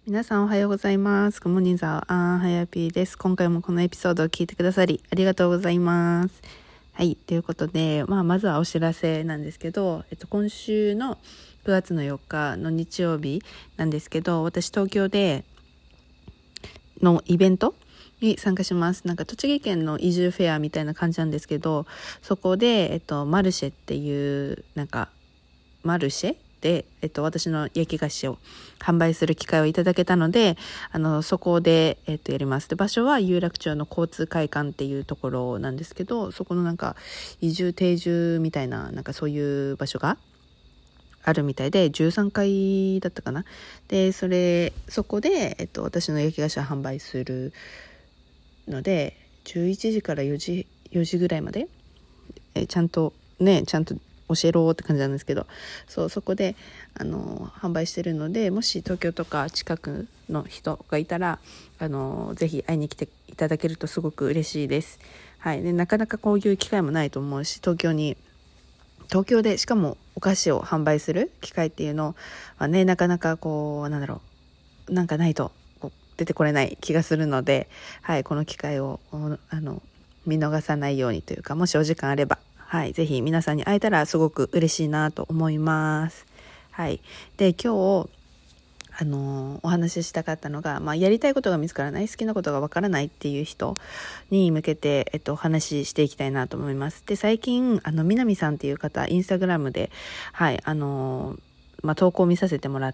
皆さんおはようございます。グモニンザーアンハヤピーです。今回もこのエピソードを聞いてくださりありがとうございます。はい、ということで、まずはお知らせなんですけど、今週の9月の4日の日曜日なんですけど、私東京でのイベントに参加します。なんか栃木県の移住フェアみたいな感じなんですけど、そこで、マルシェっていうマルシェで、私の焼き菓子を販売する機会をいただけたので、そこで、やります。で、場所は有楽町の交通会館っていうところなんですけど、そこの移住定住みたいな、そういう場所があるみたいで、13階だったかな。で、そこで、私の焼き菓子を販売するので、11時から4時ぐらいまで、ちゃんと教えろって感じなんですけど、そこで販売してるので、もし東京とか近くの人がいたらぜひ会いに来ていただけるとすごく嬉しいです。はい。で、なかなかこういう機会もないと思うし、東京でしかもお菓子を販売する機会っていうのはね、なかなかないと出てこれない気がするので、はい、この機会を見逃さないようにというか、もしお時間あれば、はい、ぜひ皆さんに会えたらすごく嬉しいなと思います。はい。で、今日お話ししたかったのが、やりたいことが見つからない、好きなことがわからないっていう人に向けて、お話ししていきたいなと思います。で、最近南さんっていう方、インスタグラムで、はい、投稿を見させてもらって、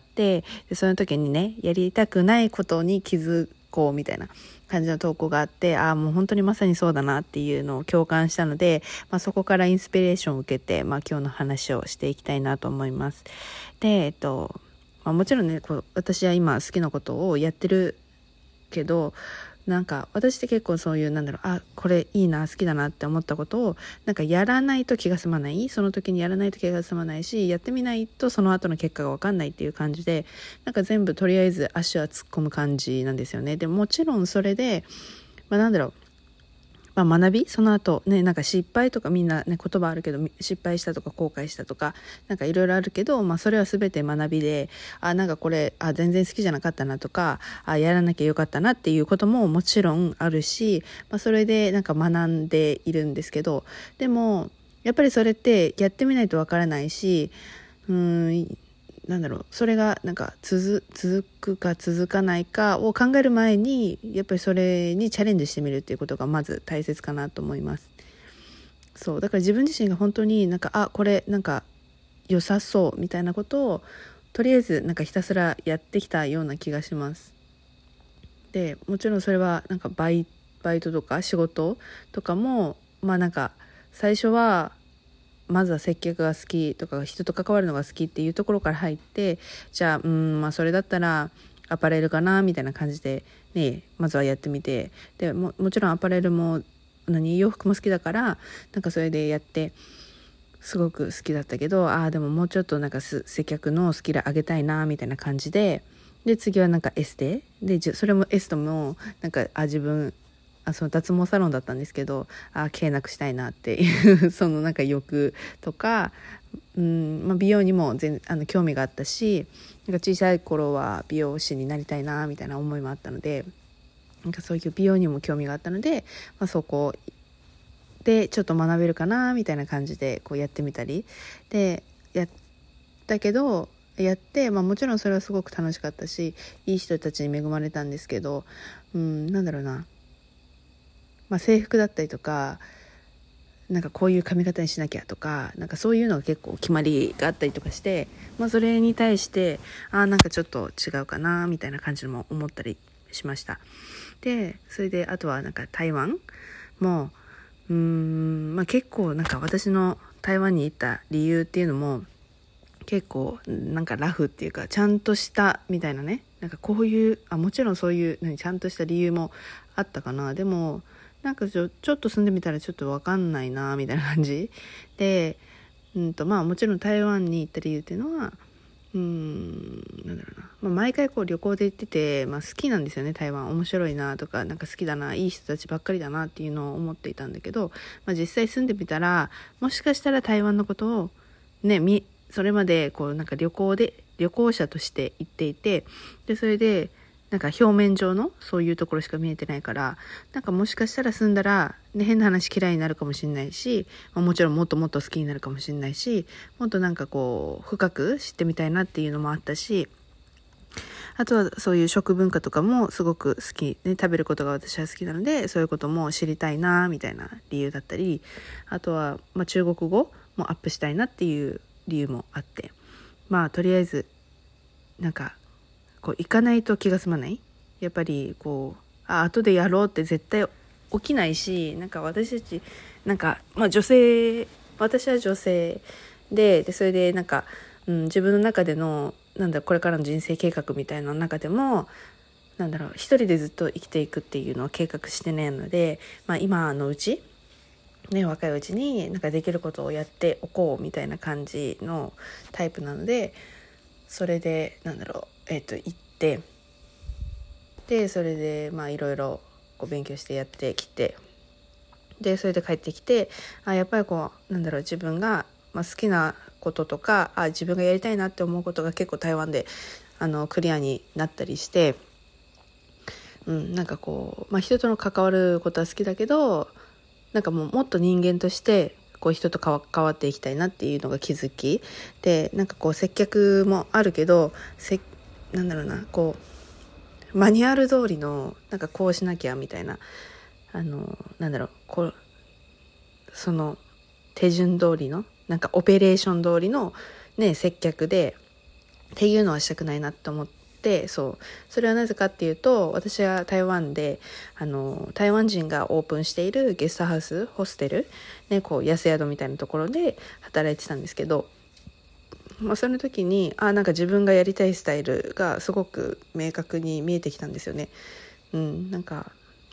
でその時にね、やりたくないことに気づこうみたいな感じの投稿があって、もう本当にまさにそうだなっていうのを共感したので、そこからインスピレーションを受けて、今日の話をしていきたいなと思います。で、もちろんね、私は今好きなことをやってるけど、私って結構そういうこれいいな、好きだなって思ったことをやらないと気が済まない、その時にやらないと気が済まないし、やってみないとその後の結果が分かんないっていう感じで、全部とりあえず足は突っ込む感じなんですよね。でもちろんそれで学び、その後ね、失敗とかみんなね、言葉あるけど、失敗したとか後悔したとかいろいろあるけど、それは全て学びで、これ全然好きじゃなかったなとか、やらなきゃよかったなっていうことももちろんあるし、それで学んでいるんですけど、でもやっぱりそれってやってみないとわからないし、それが続くか続かないかを考える前に、やっぱりそれにチャレンジしてみるっていうことがまず大切かなと思います。そうだから自分自身が本当にこれ良さそうみたいなことをとりあえずひたすらやってきたような気がします。でもちろんそれはバイトとか仕事とかも最初はまずは接客が好きとか人と関わるのが好きっていうところから入って、じゃあそれだったらアパレルかなみたいな感じでね、まずはやってみて、でもちろんアパレルも洋服も好きだからそれでやってすごく好きだったけど、でももうちょっと接客のスキル上げたいなみたいな感じで、次はエステで、それもエステも自分その脱毛サロンだったんですけど、毛なくしたいなっていうその欲とか、美容にも興味があったし、小さい頃は美容師になりたいなみたいな思いもあったので、そういう美容にも興味があったので、そこでちょっと学べるかなみたいな感じでやってみたりでやったけど、やって、もちろんそれはすごく楽しかったし、いい人たちに恵まれたんですけど、制服だったりとかこういう髪型にしなきゃとかそういうのが結構決まりがあったりとかして、それに対してちょっと違うかなみたいな感じも思ったりしました。でそれであとは台湾も結構私の台湾に行った理由っていうのも結構ラフっていうか、ちゃんとしたみたいなね、こういうもちろんそういうちゃんとした理由もあったかな。でもちょっと住んでみたらちょっと分かんないなみたいな感じで、もちろん台湾に行った理由っていうのは毎回旅行で行ってて、好きなんですよね。台湾面白いなとか好きだな、いい人たちばっかりだなっていうのを思っていたんだけど、実際住んでみたら、もしかしたら台湾のことをねそれまで旅行者として行っていて、でそれでなんか表面上のそういうところしか見えてないから、なんかもしかしたら住んだら、ね、変な話嫌いになるかもしれないし、もちろんもっともっと好きになるかもしれないし、もっとなんかこう深く知ってみたいなっていうのもあったし、あとはそういう食文化とかもすごく好きで、食べることが私は好きなので、そういうことも知りたいなみたいな理由だったり、あとは中国語もアップしたいなっていう理由もあって、とりあえずなんかこう行かないと気が済まない。やっぱりこう後でやろうって絶対起きないし、なんか私たちなんか女性、私は女性でそれでなんか、自分の中でのこれからの人生計画みたいな中でも一人でずっと生きていくっていうのを計画してないので、今のうちね、若いうちになんかできることをやっておこうみたいな感じのタイプなので、それで行ってで、それでいろいろこう勉強してやってきて、でそれで帰ってきて、やっぱりこう自分が好きなこととか自分がやりたいなって思うことが結構台湾でクリアになったりして、なんかこう、人との関わることは好きだけど、なんかもっと人間としてこう人と関わっていきたいなっていうのが気づきで、なんかこう接客もあるけどこうマニュアル通りのなんかこうしなきゃみたいなその手順通りのなんかオペレーション通りのね接客でっていうのはしたくないなと思って、それはなぜかっていうと、私は台湾で台湾人がオープンしているゲストハウスホステル、ね、こう安宿みたいなところで働いてたんですけど、その時になんか自分がやりたいスタイルがすごく明確に見えてきたんですよね。なんか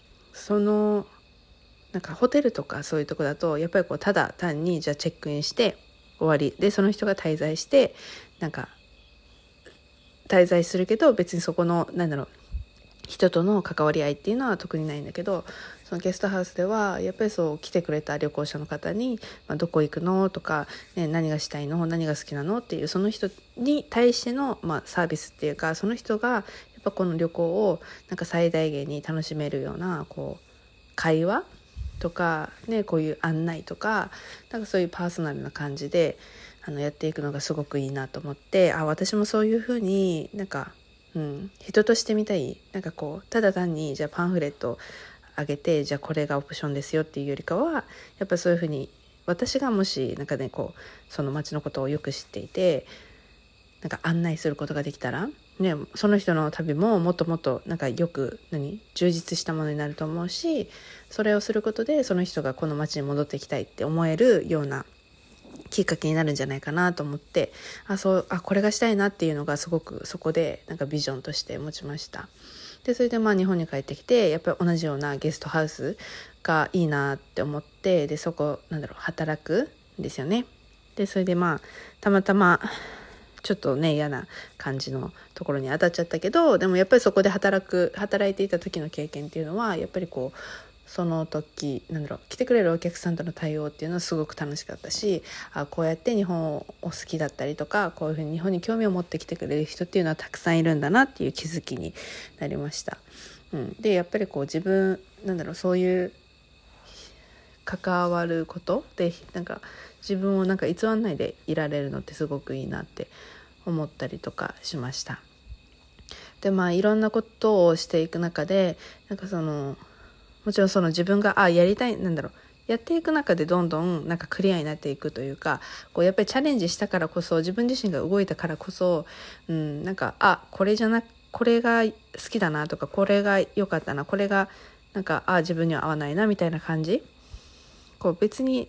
なんかホテルとかそういうとこだとやっぱりこうただ単にじゃあチェックインして終わりで、その人が滞在してなんか滞在するけど、別にそこの人との関わり合いっていうのは特にないんだけど、そのゲストハウスではやっぱりそう来てくれた旅行者の方に、どこ行くのとか、ね、何がしたいの何が好きなのっていうその人に対しての、サービスっていうか、その人がやっぱこの旅行をなんか最大限に楽しめるようなこう会話とか、ね、こういう案内とか、なんかそういうパーソナルな感じでやっていくのがすごくいいなと思って、私もそういうふうになんか、人としてみたい。なんかこうただ単にじゃあパンフレットあげてじゃあこれがオプションですよっていうよりかは、やっぱそういうふうに私がもしなんかねこうその街のことをよく知っていてなんか案内することができたら、ね、その人の旅ももっともっとなんかよく充実したものになると思うし、それをすることでその人がこの街に戻ってきたいって思えるようなきっかけになるんじゃないかなと思って、これがしたいなっていうのがすごくそこでなんかビジョンとして持ちました。でそれで日本に帰ってきてやっぱり同じようなゲストハウスがいいなって思って、でそこ働くんですよね。でそれでたまたまちょっとね嫌な感じのところに当たっちゃったけど、でもやっぱりそこで働いていた時の経験っていうのはやっぱりこうその時来てくれるお客さんとの対応っていうのはすごく楽しかったし、こうやって日本を好きだったりとか、こういうふうに日本に興味を持ってきてくれる人っていうのはたくさんいるんだなっていう気づきになりました。でやっぱりこう自分そういう関わることでなんか自分を偽らないでいられるのってすごくいいなって思ったりとかしました。でいろんなことをしていく中でもちろんその自分がやりたいやっていく中でどんどんクリアになっていくというか、こうやっぱりチャレンジしたからこそ、自分自身が動いたからこそ、これが好きだなとか、これが良かったな、これが自分には合わないなみたいな感じ、こう別に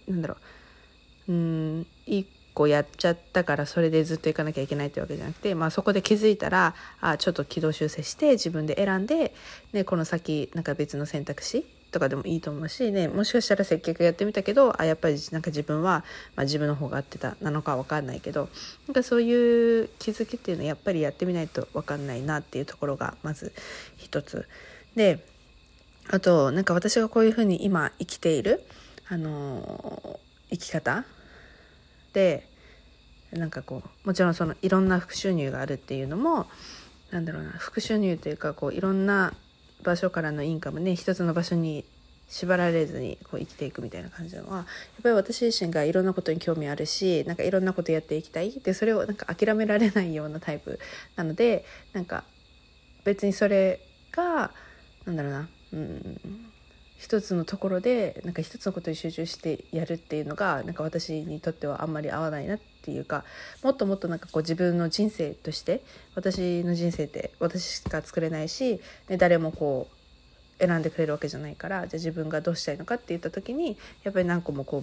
一個やっちゃったからそれでずっと行かなきゃいけないってわけじゃなくて、そこで気づいたらちょっと軌道修正して自分で選んで、この先別の選択肢とかでもいいと思うし、もしかしたら接客やってみたけどやっぱり自分は、自分の方が合ってたなのか分かんないけど、そういう気づきっていうのはやっぱりやってみないと分かんないなっていうところがまず一つで、あと私がこういうふうに今生きている生き方でもちろんそのいろんな副収入があるっていうのもなんだろうな、副収入というかいろんな場所からのインカムね、一つの場所に縛られずに生きていくみたいな感じのは、やっぱり私自身がいろんなことに興味あるし、いろんなことやっていきたいで、それを諦められないようなタイプなので、別にそれがなんだろうな、一つのところで一つのことに集中してやるっていうのが私にとってはあんまり合わないなっていうか、もっともっと自分の人生として、私の人生って私しか作れないし、誰も選んでくれるわけじゃないから、じゃあ自分がどうしたいのかって言った時に、やっぱり何個も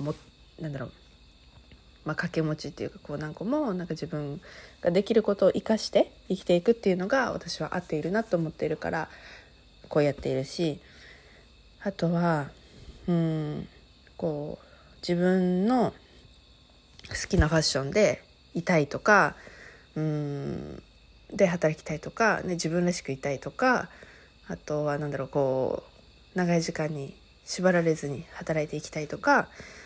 掛け持ちっていうか何個も自分ができることを生かして生きていくっていうのが私は合っているなと思っているからこうやっているし、あとは自分の好きなファッションでいたいとか、で働きたいとか、自分らしくいたいとか、あとは長い時間に縛られずに働いていきたいとか、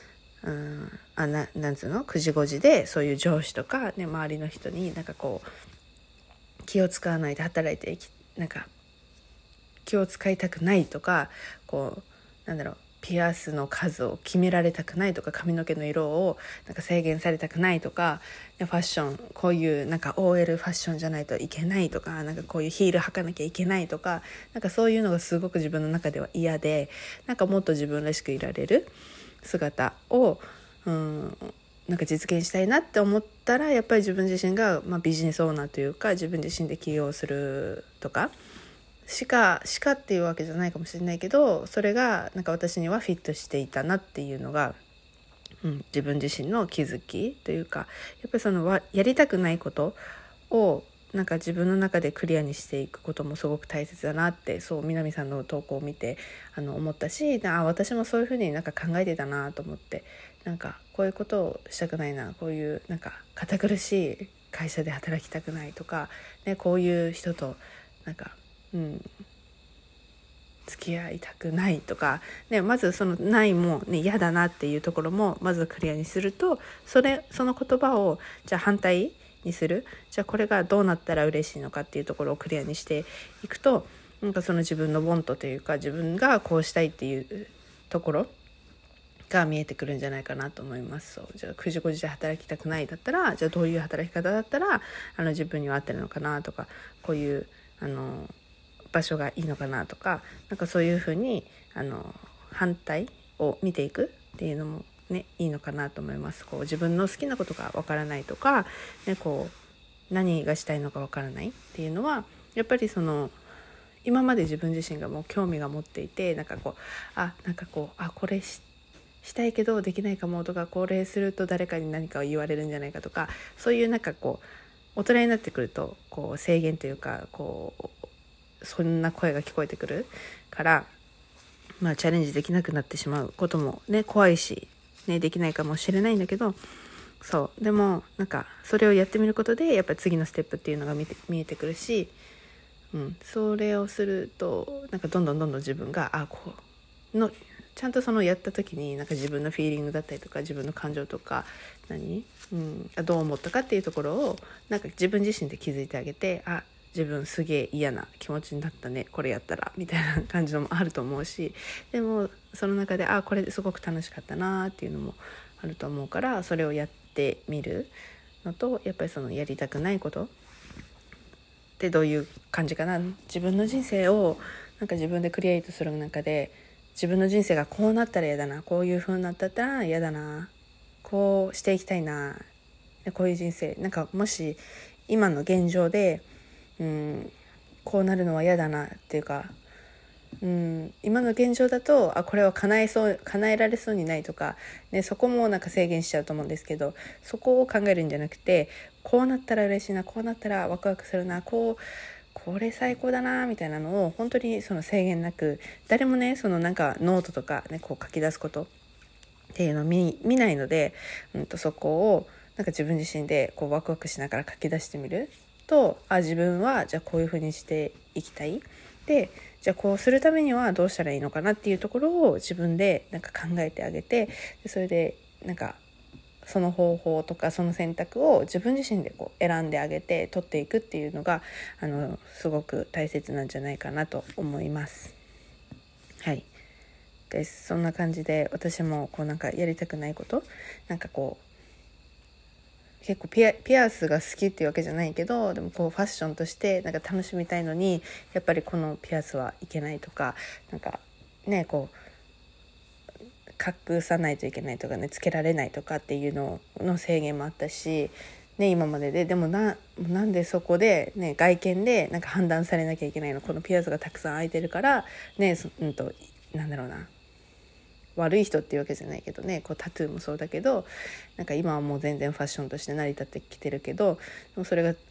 なんつうの9時5時でそういう上司とか、周りの人に気を使わないで働いて気を使いたくないとか、ピアスの数を決められたくないとか、髪の毛の色を制限されたくないとか、ファッションこういうOL ファッションじゃないといけないとか、こういうヒール履かなきゃいけないとか、そういうのがすごく自分の中では嫌で、もっと自分らしくいられる姿を実現したいなって思ったら、やっぱり自分自身が、ビジネスオーナーというか自分自身で起業するとかしかっていうわけじゃないかもしれないけど、それが私にはフィットしていたなっていうのが、自分自身の気づきというか、やっぱりやりたくないことを自分の中でクリアにしていくこともすごく大切だなって、南さんの投稿を見て思ったし、私もそういうふうに考えてたなと思って、こういうことをしたくないな、こういう堅苦しい会社で働きたくないとか、こういう人と付き合いたくないとか、まずそのないも嫌だなっていうところもまずクリアにすると、その言葉をじゃあ反対にする、じゃあこれがどうなったら嬉しいのかっていうところをクリアにしていくと、その自分のボントというか、自分がこうしたいっていうところが見えてくるんじゃないかなと思います。じゃあ9時5時で働きたくないだったら、じゃあどういう働き方だったら自分には合ってるのかなとか、こういう場所がいいのかなとか、そういうふうに反対を見ていくっていうのもいいのかなと思います。自分の好きなことがわからないとか、何がしたいのかわからないっていうのは、やっぱり今まで自分自身がもう興味が持っていて、これしたいけどできないかもとか、これすると誰かに何かを言われるんじゃないかとか、そういう大人になってくると制限というかそんな声が聞こえてくるから、チャレンジできなくなってしまうことも怖いし、できないかもしれないんだけど、でもそれをやってみることでやっぱり次のステップっていうのが見えてくるし、それをするとどんどん自分がちゃんとやった時に自分のフィーリングだったりとか、自分の感情とかどう思ったかっていうところを自分自身で気づいてあげて、自分すげえ嫌な気持ちになったねこれやったらみたいな感じのもあると思うし、でもその中でこれすごく楽しかったなっていうのもあると思うから、それをやってみるのと、やっぱりやりたくないことってどういう感じかな。自分の人生を自分でクリエイトする中で、自分の人生がこうなったら嫌だな、こういう風になったら嫌だな、こうしていきたいな、こういう人生もし今の現状でこうなるのは嫌だなっていうか、今の現状だとこれは叶えられそうにないとか、そこも制限しちゃうと思うんですけど、そこを考えるんじゃなくて、こうなったら嬉しいな、こうなったらワクワクするな、これ最高だなみたいなのを本当に制限なく、誰もノートとか書き出すことっていうのを見ないので、そこを自分自身でワクワクしながら書き出してみると、自分はじゃあこういう風にしていきたい、でじゃあこうするためにはどうしたらいいのかなっていうところを自分で考えてあげて、それでその方法とかその選択を自分自身でこう選んであげて取っていくっていうのがすごく大切なんじゃないかなと思います。はいです。そんな感じで私もこうなんかやりたくないことなんかこう結構ピアスが好きっていうわけじゃないけどでもこうファッションとしてなんか楽しみたいのにやっぱりこのピアスはいけないとかなんかねこう隠さないといけないとかねつけられないとかっていうの制限もあったし、ね、今まででもなんでそこで、ね、外見でなんか判断されなきゃいけないのこのピアスがたくさん開いてるからねなんだろうな悪い人っていうわけじゃないけどねこうタトゥーもそうだけどなんか今はもう全然ファッションとして成り立ってきてるけどでもそれが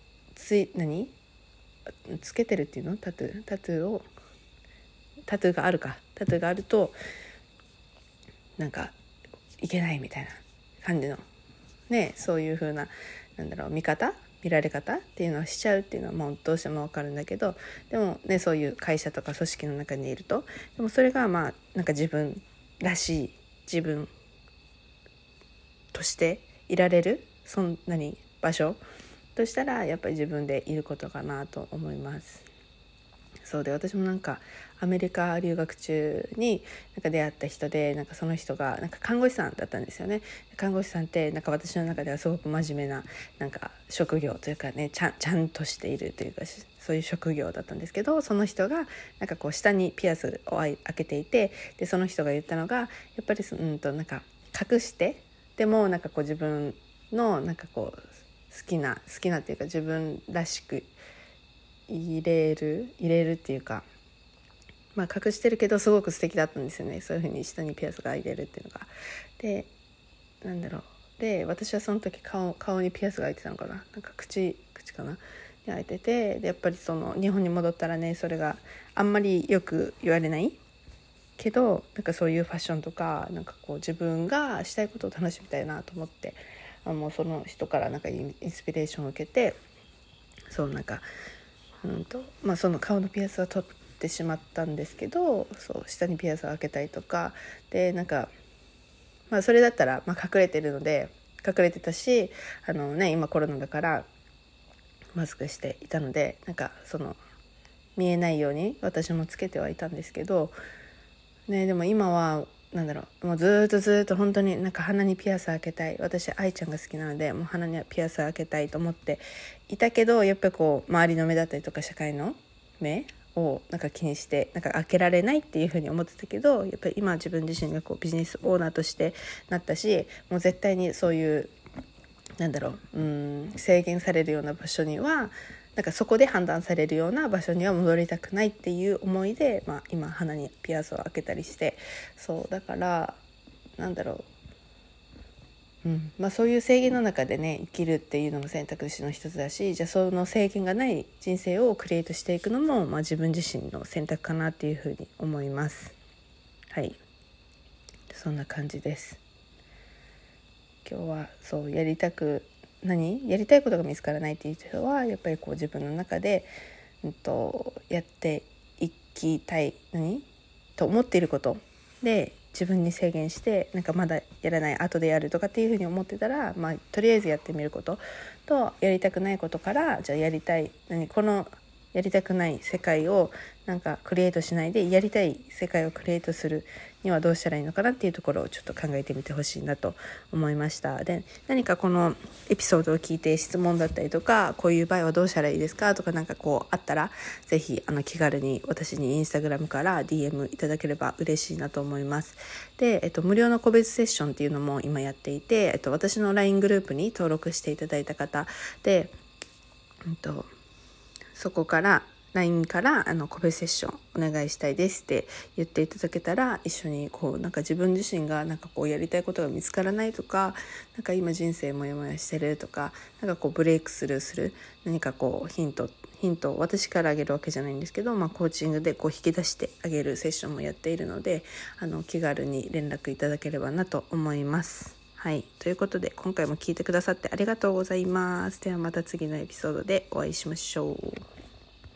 つけてるっていうのタトゥーがあるとなんかいけないみたいな感じのねそういう風な見られ方っていうのをしちゃうっていうのはもうどうしても分かるんだけどでもねそういう会社とか組織の中にいるとでもそれがまあなんか自分らしい自分としていられる場所としたらやっぱり自分でいることかなと思います。そうで私もなんかアメリカ留学中になんか出会った人でなんかその人がなんか看護師さんだったんですよね。看護師さんってなんか私の中ではすごく真面目ななんか職業というかねちゃんとしているというかそういう職業だったんですけどその人がなんかこう下にピアスを開けていてでその人が言ったのがやっぱりなんか隠してでもなんかこう自分のなんかこう好きなっていうか自分らしく入れるっていうか、まあ、隠してるけどすごく素敵だったんですよねそういう風に下にピアスが開いてるっていうのが。でで私はその時顔にピアスが開いてたのかななんか口かなに開いててでやっぱりその日本に戻ったらねそれがあんまりよく言われないけどなんかそういうファッションとかなんかこう自分がしたいことを楽しみたいなと思ってもうその人からなんかインスピレーションを受けてそうなんかその顔のピアスは取ってしまったんですけどそう下にピアスを開けたりとかでなんか、それだったら、隠れてるので隠れてたし今コロナだからマスクしていたのでなんかその見えないように私もつけてはいたんですけど、でも今はもうずっと本当になんか鼻にピアス開けたい私愛ちゃんが好きなのでもう鼻にピアス開けたいと思っていたけどやっぱりこう周りの目だったりとか社会の目をなんか気にしてなんか開けられないっていう風に思ってたけどやっぱり今自分自身がこうビジネスオーナーとしてなったしもう絶対にそういう制限されるような場所にはなんかそこで判断されるような場所には戻りたくないっていう思いで、今鼻にピアスを開けたりしてそうだからそういう制限の中でね生きるっていうのも選択肢の一つだしじゃあその制限がない人生をクリエイトしていくのも、自分自身の選択かなっていうふうに思います。はいそんな感じです。今日はそうやりたいことが見つからないっていう人はやっぱりこう自分の中で、やっていきたいと思っていることで自分に制限してなんかまだやらない後でやるとかっていうふうに思ってたら、とりあえずやってみることとやりたくないことからじゃあこのやりたくない世界をなんかクリエイトしないでやりたい世界をクリエイトするにはどうしたらいいのかなっていうところをちょっと考えてみてほしいなと思いました。で何かこのエピソードを聞いて質問だったりとかこういう場合はどうしたらいいですかとかなんかこうあったらぜひ気軽に私にインスタグラムから DM いただければ嬉しいなと思います。で、無料の個別セッションっていうのも今やっていて、私の LINE グループに登録していただいた方で、そこから LINE から個別セッションお願いしたいですって言っていただけたら一緒にこうなんか自分自身がなんかこうやりたいことが見つからないとかなんか今人生モヤモヤしてるとかなんかこうブレイクスルーする何かこうヒントを私からあげるわけじゃないんですけど、コーチングでこう引き出してあげるセッションもやっているので気軽に連絡いただければなと思います。はい、ということで今回も聞いてくださってありがとうございます。ではまた次のエピソードでお会いしましょう。